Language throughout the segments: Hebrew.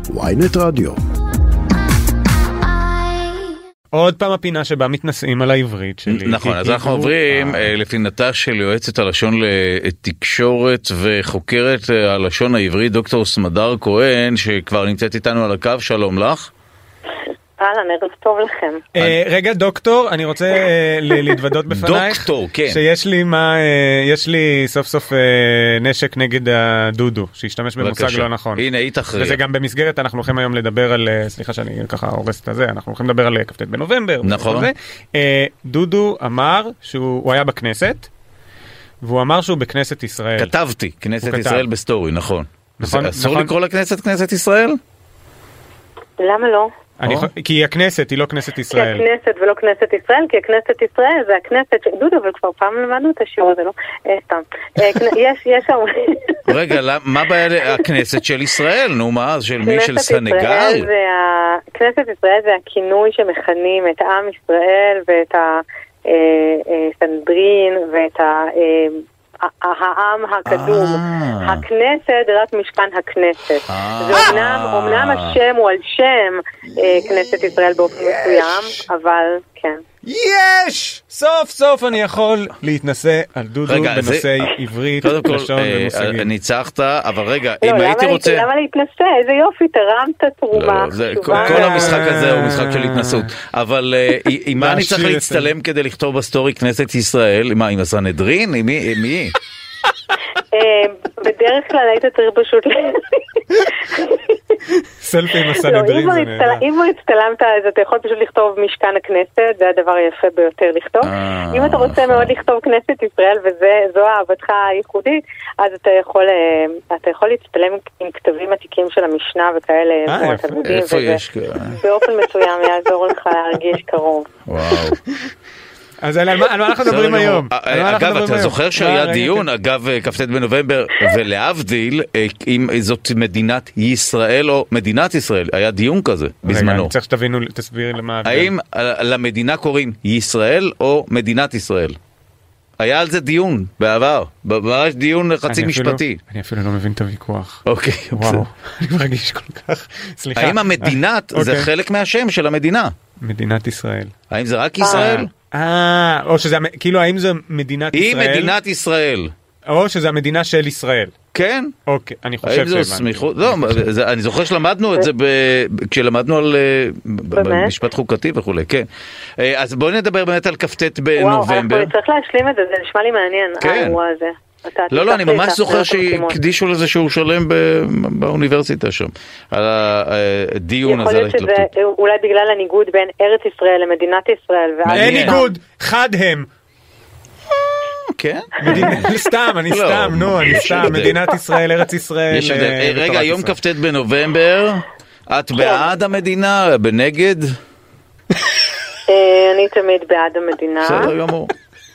ynet רדיו. עוד פעם הפינה שבה מתנסים על העברית שלי. נכון, אז אנחנו עוברים לפינתה של יועצת הלשון לתקשורת וחוקרת הלשון העברית, דוקטור סמדר כהן, שכבר נמצאת איתנו על הקו. שלום לך. אהלן, ערב טוב לכם. רגע, דוקטור, אני רוצה להתוודות בפנייך. דוקטור, כן. שיש לי סוף סוף נשק נגד הדודו, שהשתמש במושג לא נכון. הנה, היא תכריע. וזה גם במסגרת, אנחנו הולכים היום לדבר על, סליחה שאני ככה הורס את הזה, אנחנו הולכים לדבר על כ"ט בנובמבר. נכון. דודו אמר שהוא היה בכנסת, והוא אמר שהוא בכנסת ישראל. כתבתי, כנסת ישראל בסטורי, נכון. אסור לקרוא לכנסת כנסת ישראל? למה לא? כי הכנסת היא לא כנסת ישראל. כי הכנסת ולא כנסת ישראל, כי הכנסת ישראל זה הכנסת, דודו, אבל כבר פעם למדנו את השיעור הזה, לא? סתם. יש שם... רגע, מה בעיה הכנסת של ישראל? נו, מה? של מי? של סנגל? כנסת ישראל זה הכינוי שמכנים את עם ישראל ואת הסנהדרין ואת העם הקדום. הכנסת זה רק משכן הכנסת. ואומנם השם הוא על שם כנסת ישראל באופן מסוים, אבל כן. יש! סוף סוף אני יכול להתנסה על דודו בנושא עברית, לשון ומושגים. ניצחת, אבל רגע, אם הייתי רוצה... למה להתנסה? איזה יופי, תרמת תרומה. כל המשחק הזה הוא משחק של התנסות. אבל עם מה אני צריך להצטלם כדי לכתוב בסטורי כנסת ישראל? מה, עם הסנהדרין? עם מי? בדרך כלל היית צריך פשוט... סלפי עם הסנהדרין זה נהדר. אם הוא הצטלמת, אז אתה יכול פשוט לכתוב משכן הכנסת, זה הדבר היפה ביותר לכתוב. אם אתה רוצה מאוד לכתוב כנסת ישראל, וזו אהבתך הייחודית, אז אתה יכול להצטלם עם כתבים עתיקים של המשנה וכאלה. איפה יש? באופן מסוים יעזור לך להרגיש קרוב. וואו. אז על מה אנחנו מדברים היום? אגב, אתה זוכר שהיה דיון, אגב, כ"ט בנובמבר, ולהבדיל, אם זאת מדינת ישראל או מדינת ישראל, היה דיון כזה בזמנו. רגע, אני צריך שתבינו, תסביר למה... האם למדינה קוראים ישראל או מדינת ישראל? היה על זה דיון בעבר, ממש דיון חצי משפטי. אני אפילו לא מבין את הוויכוח. אוקיי. וואו, אני מרגיש כל כך... סליחה. האם המדינת זה חלק מהשם של המדינה? מדינת ישראל. האם זה רק ישראל? או שזה, כאילו, האם זה מדינת ישראל? היא מדינת ישראל. או שזה המדינה של ישראל. כן. אוקיי, אני חושב שהבנתי. לא, אני זוכר שלמדנו את זה כשלמדנו על משפט חוקתי וכו', כן. אז בואי נדבר באמת על כ"ט בנובמבר. וואו, צריך להשלים את זה, זה נשמע לי מעניין, האירוע הזה. לא, אני ממש זוכר שהקדישו לזה שהוא שלם באוניברסיטה שם, על הדיון הזה. יכול להיות שזה אולי בגלל הניגוד בין ארץ ישראל למדינת ישראל. אין ניגוד, חד הם. כן? סתם, אני סתם, מדינת ישראל, ארץ ישראל. רגע, יום כ"ט בנובמבר, את בעד המדינה, בנגד? אני תמיד בעד המדינה. בסדר גמור.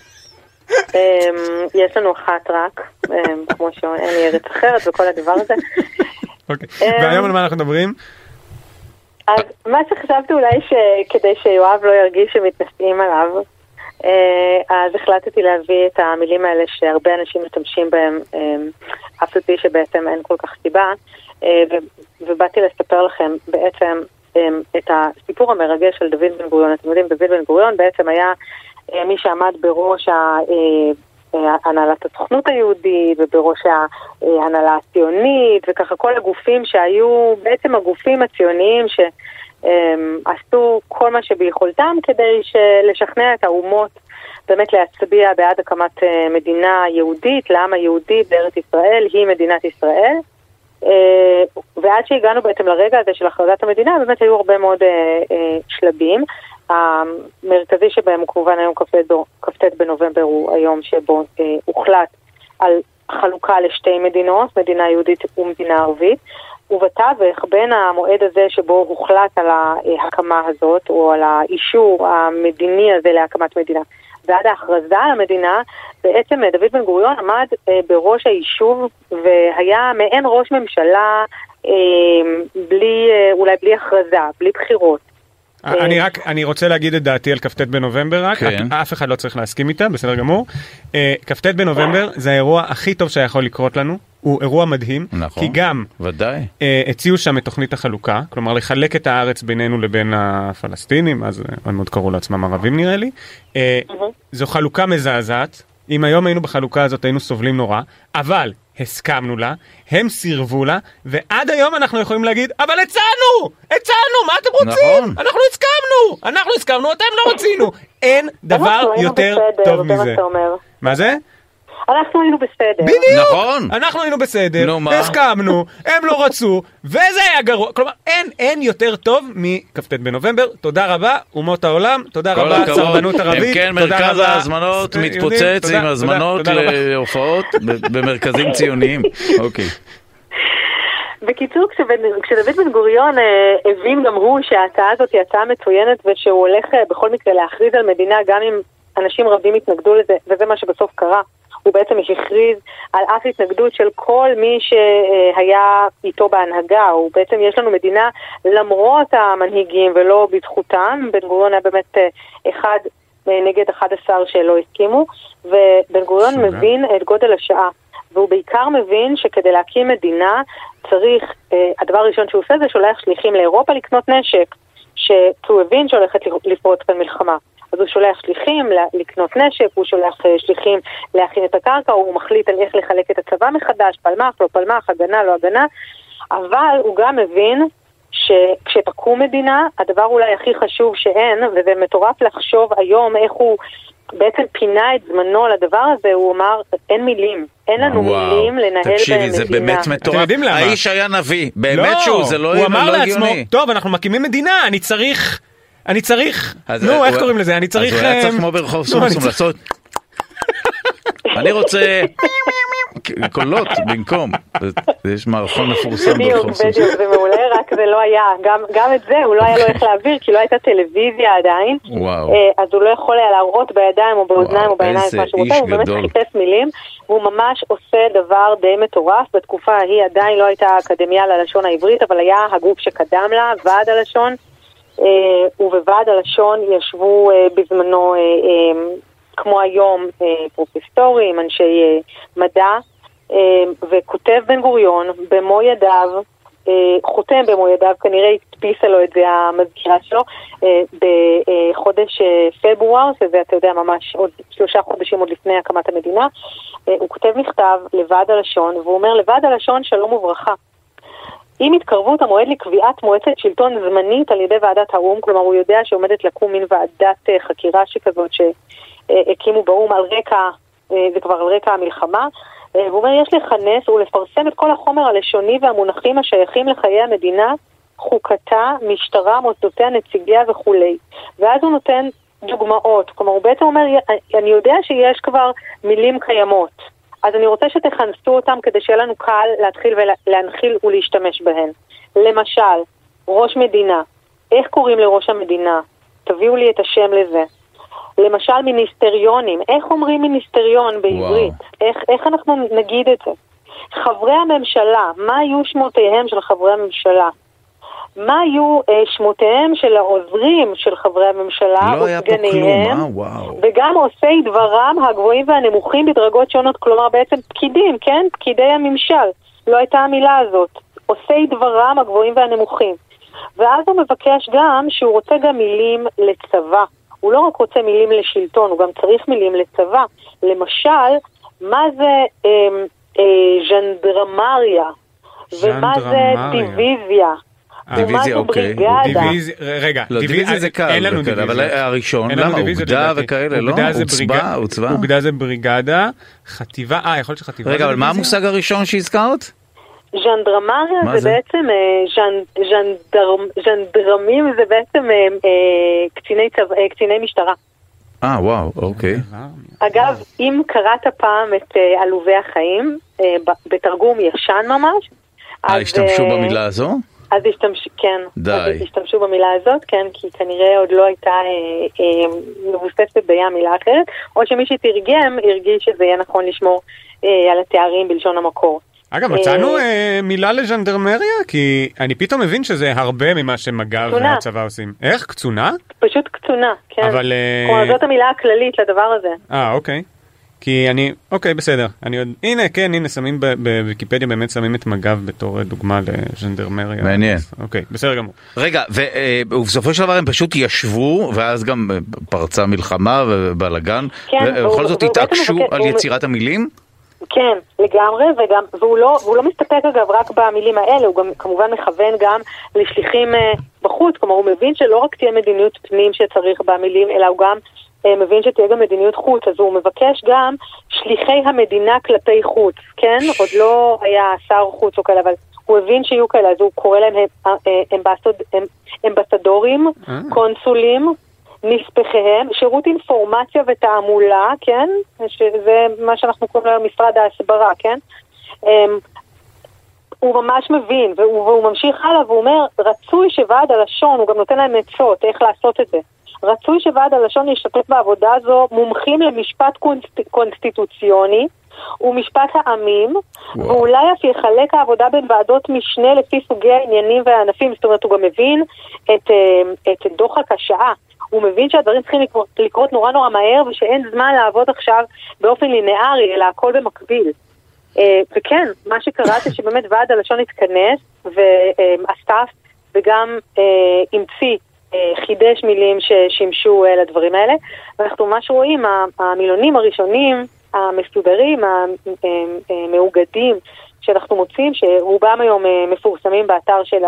יש לנו אחת רק, כמו שאין לי ארץ אחרת וכל הדבר הזה. והיום על מה אנחנו מדברים? אז מה שחשבתי אולי שכדי שיואב לא ירגיש שמתנסים עליו, אז החלטתי להביא את המילים האלה שהרבה אנשים משתמשים בהם, אף על פי שבעצם אין כל כך סיבה, ובאתי לספר לכם בעצם את הסיפור המרגש של דוד בן גוריון. אתם יודעים, דוד בן גוריון בעצם היה מי שעמד בראש הנהלת הסוכנות היהודית ובראש ההנהלה הציונית, וככה כל הגופים שהיו בעצם הגופים הציוניים שעשו כל מה שביכולתם כדי לשכנע את האומות באמת להצביע בעד הקמת מדינה יהודית, לעם היהודי בארץ ישראל, היא מדינת ישראל. ועד שהגענו בעצם לרגע הזה של הכרזת המדינה, באמת היו הרבה מאוד שלבים. המרכזי שבהם הוא כמובן היום כ"ט בנובמבר, הוא היום שבו הוחלט על חלוקה לשתי מדינות, מדינה יהודית ומדינה ערבית, ובתווך בין המועד הזה שבו הוחלט על ההקמה הזאת, או על האישור המדיני הזה להקמת מדינה, ועד ההכרזה על המדינה, בעצם דוד בן גוריון עמד בראש היישוב, והיה מעין ראש ממשלה אולי בלי הכרזה, בלי בחירות. אני רוצה להגיד את דעתי על כ"ט בנובמבר רק, אף אחד לא צריך להסכים איתה, בסדר גמור. כ"ט בנובמבר זה האירוע הכי טוב שיכול לקרות לנו, הוא אירוע מדהים, כי גם הציעו שם את תוכנית החלוקה, כלומר לחלק את הארץ בינינו לבין הפלסטינים, אז הם עוד קראו לעצמם ערבים נראה לי. זו חלוקה מזעזעת, אם היום היינו בחלוקה הזאת היינו סובלים נורא, אבל הסכמנו לה, הם סירבו לה, ועד היום אנחנו יכולים להגיד, אבל הצענו, מה אתם רוצים? נכון. אנחנו הסכמנו, אתם לא רצינו. אין דבר יותר טוב מזה. מה זה? אנחנו היינו בסדר. בדיוק! נכון. אנחנו היינו בסדר, הסכמנו, הם לא רצו, וזה היה גרוע. כלומר, אין יותר טוב מכ"ט בנובמבר. תודה רבה, אומות העולם, תודה רבה, סרבנות ערבית. כן, מרכז ההזמנות מתפוצץ עם הזמנות להופעות במרכזים ציוניים. אוקיי. בקיצור, כשדוד בן גוריון הבין גם הוא שההצעה הזאת היא הצעה מצוינת, ושהוא הולך בכל מקרה להכריז על מדינה, גם אם אנשים רבים התנגדו לזה, וזה מה שבסוף קרה. הוא בעצם הכריז על אף התנגדות של כל מי שהיה איתו בהנהגה. הוא בעצם יש לנו מדינה למרות המנהיגים ולא בזכותם. בן גוריון היה באמת אחד נגד 11 שלא הסכימו, ובן גוריון מבין את גודל השעה, והוא בעיקר מבין שכדי להקים מדינה צריך, הדבר הראשון שהוא עושה זה שולח שליחים לאירופה לקנות נשק, שהוא הבין שהולכת לפרוץ כאן מלחמה. אז הוא שולח שליחים לקנות נשק, הוא שולח שליחים להכין את הקרקע, הוא מחליט על איך לחלק את הצבא מחדש, פלמח, לא פלמח, הגנה, לא הגנה, אבל הוא גם מבין שכשתקום מדינה, הדבר אולי הכי חשוב שאין, וזה מטורף לחשוב היום איך הוא בעצם פינה את זמנו לדבר הזה, הוא אמר, אין מילים, אין לנו מילים לנהל במדינה. תקשיבי, זה באמת מטורף. האיש היה נביא, באמת שהוא, זה לא הגיוני. הוא אמר לעצמו, טוב, אנחנו מקימים מדינה, אני צריך, נו, איך קוראים לזה? אני צריך... אז הוא היה צריך כמו ברחוב סומסום לעשות... אני רוצה... קולות במקום. יש מערכון מפורסם ברחוב סומסום. בדיוק, זה מעולה, רק זה לא היה. גם את זה הוא לא היה לו איך להעביר, כי לא הייתה טלוויזיה עדיין. אז הוא לא יכול היה להראות בידיים או באוזניים או בעיניים מה שהוא רוצה. הוא באמת חיפש מילים, והוא ממש עושה דבר די מטורף. בתקופה ההיא עדיין לא הייתה אקדמיה ללשון העברית, אבל היה הגוף שקדם לה, ועד הלשון. ובוועד הלשון ישבו בזמנו כמו היום פרופסורים, אנשי מדע, וכותב בן גוריון במו ידיו, חותם במו ידיו, כנראה הדפיסה לו את זה המזכירה שלו, בחודש פברואר, שזה אתה יודע ממש עוד 3 חודשים עוד לפני הקמת המדינה, הוא כותב מכתב לוועד הלשון, והוא אומר לוועד הלשון שלום וברכה. עם התקרבות המועד לקביעת מועצת שלטון זמנית על ידי ועדת האום, כלומר הוא יודע שעומדת לקום מין ועדת חקירה שכזאת שהקימו באום על רקע, זה כבר על רקע המלחמה, והוא אומר יש לכנס ולפרסם את כל החומר הלשוני והמונחים השייכים לחיי המדינה, חוקתה, משטרה, מוסדותיה, נציגיה וכו'. ואז הוא נותן דוגמאות, כלומר הוא בעצם אומר אני יודע שיש כבר מילים קיימות, אז אני רוצה שתכנסו אותם כדי שיהיה לנו קל להתחיל ולהנחיל ולהשתמש בהן. למשל, ראש מדינה. איך קוראים לראש המדינה? תביאו לי את השם לזה. למשל, מיניסטריונים. איך אומרים מיניסטריון בעברית? איך אנחנו נגיד את זה? חברי הממשלה. מה היו שמותיהם של חברי הממשלה? מה היו שמותיהם של העוזרים של חברי הממשלה וסגניהם, וגם עושי דברם הגבוהים והנמוכים בדרגות שונות, כלומר בעצם פקידים, כן? פקידי הממשל, לא הייתה המילה הזאת, עושי דברם הגבוהים והנמוכים. ואז הוא מבקש גם שהוא רוצה גם מילים לצבא, הוא לא רק רוצה מילים לשלטון, הוא גם צריך מילים לצבא. למשל, מה זה ז'נדרמריה, ומה זה דיוויזיה, דיוויזיה, אוקיי. רגע, דיוויזיה זה קל, אבל הראשון, למה? אוגדה וכאלה, לא? עוצבה? אוגדה זה בריגדה, חטיבה, יכול להיות שחטיבה... רגע, אבל מה המושג הראשון שהזכרת? ז'נדרמריה זה בעצם, ז'נדרמים זה בעצם קציני משטרה. וואו, אוקיי. אגב, אם קראת פעם את עלובי החיים, בתרגום ישן ממש, השתמשו במילה הזו? אז השתמשו במילה הזאת, כן, כי כנראה עוד לא הייתה מבוססת בים מילה אחרת, או שמי שתרגם הרגיש שזה יהיה נכון לשמור על התארים בלשון המקור. אגב, מצאנו מילה לז'נדרמריה? כי אני פתאום מבין שזה הרבה ממה שמג"ב והצבא עושים. איך? קצונה? פשוט קצונה, כן. אבל... זאת המילה הכללית לדבר הזה. אוקיי. כי אני... אוקיי, בסדר. אני עוד... הנה, כן, הנה, שמים בוויקיפדיה, באמת שמים את מג"ב בתור דוגמה לז'נדרמריה. מעניין. אוקיי, בסדר גמור. רגע, ובסופו של דבר הם פשוט ישבו, ואז גם פרצה מלחמה ובלגן, ובכל זאת התעקשו על יצירת המילים? כן, לגמרי, והוא לא מסתפק אגב רק במילים האלה, הוא גם כמובן מכוון גם לשליחים בחוץ, כלומר הוא מבין שלא רק תהיה מדיניות פנים שצריך במילים, אלא הוא גם מבין שתהיה גם מדיניות חוץ, אז הוא מבקש גם שליחי המדינה כלפי חוץ, כן? עוד לא היה שר חוץ או כאלה, אבל הוא הבין שיהיו כאלה, אז הוא קורא להם אמבסדורים, קונסולים, נספחיהם, שירות אינפורמציה ותעמולה, כן? שזה מה שאנחנו קוראים לו משרד ההסברה, כן? הוא ממש מבין, והוא ממשיך הלאה, והוא אומר, רצוי שוועד הלשון, הוא גם נותן להם עצות, איך לעשות את זה. רצוי שוועד הלשון ישתתף בעבודה הזו מומחים למשפט קונסטיטוציוני ומשפט העמים, ואולי אף יחלק העבודה בין ועדות משנה לפי סוגי העניינים והענפים. זאת אומרת, הוא גם מבין את דוחק השעה. הוא מבין שהדברים צריכים לקרות נורא נורא מהר, ושאין זמן לעבוד עכשיו באופן לינארי, אלא הכל במקביל. וכן, מה שקרה זה שבאמת ועד הלשון התכנס, ואסף וגם המציא, חידש מילים ששימשו לדברים האלה, ואנחנו ממש רואים, המילונים הראשונים, המסודרים, המאוגדים, שאנחנו מוצאים, שרובם היום מפורסמים באתר של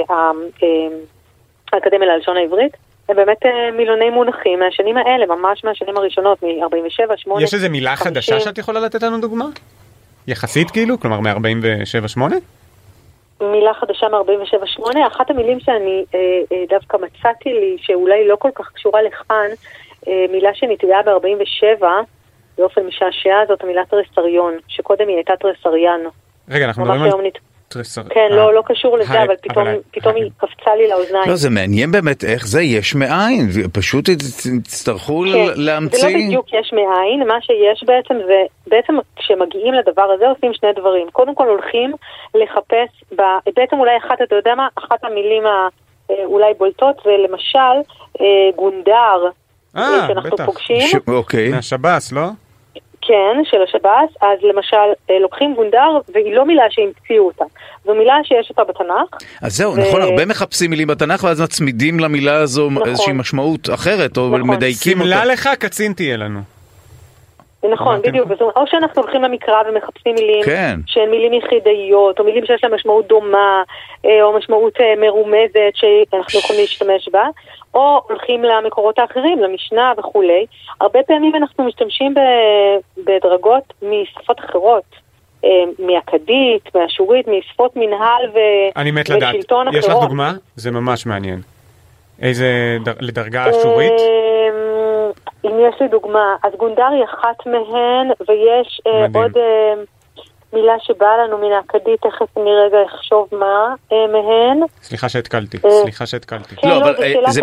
האקדמיה ללשון העברית, הם באמת מילוני מונחים מהשנים האלה, ממש מהשנים הראשונות, מ-47, 8. יש איזה מילה חדשה שאת יכולה לתת לנו דוגמה? יחסית כאילו? כלומר מ-47, 8? מילה חדשה מ-47-8, אחת המילים שאני דווקא מצאתי לי, שאולי לא כל כך קשורה לכאן, מילה שנטבעה ב-47, באופן משעשע, זאת המילה טרסריון, שקודם היא הייתה טרסריאן. רגע, אנחנו מדברים על טרסריון. כן, לא קשור לזה, אבל פתאום היא קפצה לי לאוזניים. לא, זה מעניין באמת איך זה יש מאין, פשוט תצטרכו להמציא. זה לא בדיוק יש מאין, מה שיש בעצם זה, בעצם כשמגיעים לדבר הזה עושים שני דברים. קודם כל הולכים לחפש, בעצם אולי אתה יודע מה, אחת המילים אולי בולטות, זה למשל גונדר, שאנחנו פוגשים. מהשב"ס, לא? כן, של השב"ס, אז למשל לוקחים גונדר, והיא לא מילה שהמציאו אותה, זו מילה שיש אותה בתנ"ך. אז זהו, נכון, הרבה מחפשים מילים בתנ"ך, ואז מצמידים למילה הזו איזושהי משמעות אחרת, או מדייקים אותה. סמלה לך, קצין תהיה לנו. נכון, בדיוק, או שאנחנו הולכים למקרא ומחפשים מילים שהן מילים יחידאיות, או מילים שיש לה משמעות דומה, או משמעות מרומזת שאנחנו יכולים להשתמש בה, או הולכים למקורות האחרים, למשנה וכולי. הרבה פעמים אנחנו משתמשים בדרגות משפות אחרות, מהקדית, מהשורית, משפות מנהל ושלטון אחרות. אני מת לדעת, יש לך דוגמה? זה ממש מעניין. איזה לדרגה השורית? אם יש לי דוגמה, אז גונדר היא אחת מהן, ויש עוד מילה שבאה לנו מן האקדית, תכף אני רגע אחשוב מה מהן. סליחה שהתקלתי. לא, אבל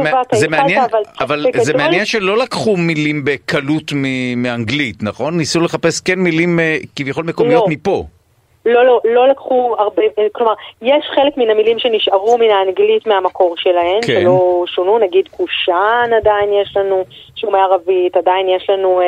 זה מעניין שלא לקחו מילים בקלות מאנגלית, נכון? ניסו לחפש כן מילים כביכול מקומיות מפה. לא לקחו הרבה, כלומר, יש חלק מן המילים שנשארו מן האנגלית מהמקור שלהן, שלא שונו, נגיד קושן עדיין יש לנו, שהוא מערבית, עדיין יש לנו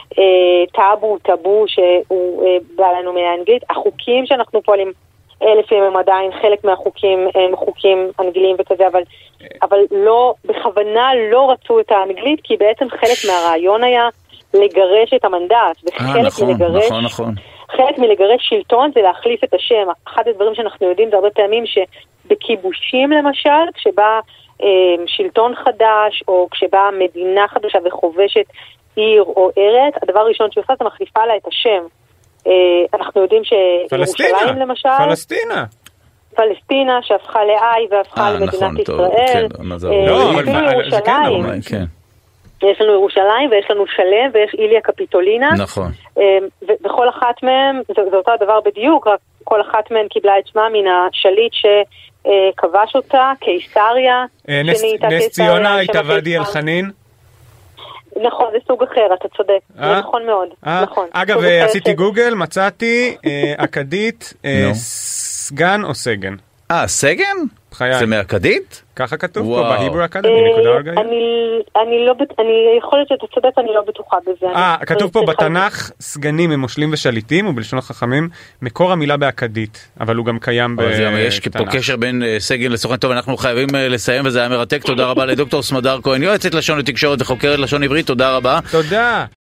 טאבו, שהוא בא לנו מהאנגלית. החוקים שאנחנו פועלים, לפעמים הם עדיין, חלק מהחוקים הם חוקים אנגליים וכזה, אבל לא, בכוונה לא רצו את האנגלית, כי בעצם חלק מהרעיון היה לגרש את המנדט, וחלק מלגרש... נכון. חלק מלגרש שלטון זה להחליף את השם. אחד הדברים שאנחנו יודעים זה הרבה פעמים שבכיבושים למשל, כשבא שלטון חדש, או כשבא מדינה חדשה וחובשת עיר או ארץ, הדבר הראשון שעושה זה מחליפה לה את השם. אנחנו יודעים שירושלים למשל... פלסטינה שהפכה לאי והפכה למדינת ישראל. כן. יש לנו ירושלים ויש לנו שלם ויש איליה קפיטולינה. נכון. ובכל אחת מהם, זה אותו הדבר בדיוק, רק כל אחת מהן קיבלה את שמה מן השליט שכבש אותה, קיסריה. נס ציונה הייתה ואדי אל חנין? נכון, זה סוג אחר, אתה צודק. זה נכון מאוד. נכון. אגב, עשיתי גוגל, מצאתי אכדית, סגן או סגן. סגן? זה מאכדית? ככה כתוב פה בהיברו אקדמי, נקודה ארגעי. אני יכול להיות שאתה צודק, אני לא בטוחה בזה. כתוב פה בתנ"ך, סגנים הם מושלים ושליטים, ובלשון החכמים, מקור המילה באכדית, אבל הוא גם קיים בתנ"ך. יש פה קשר בין סגן לסוכן. טוב, אנחנו חייבים לסיים, וזה היה מרתק. תודה רבה לדוקטור סמדר כהן, יועצת לשון ותקשורת וחוקרת לשון עברית. תודה רבה. תודה.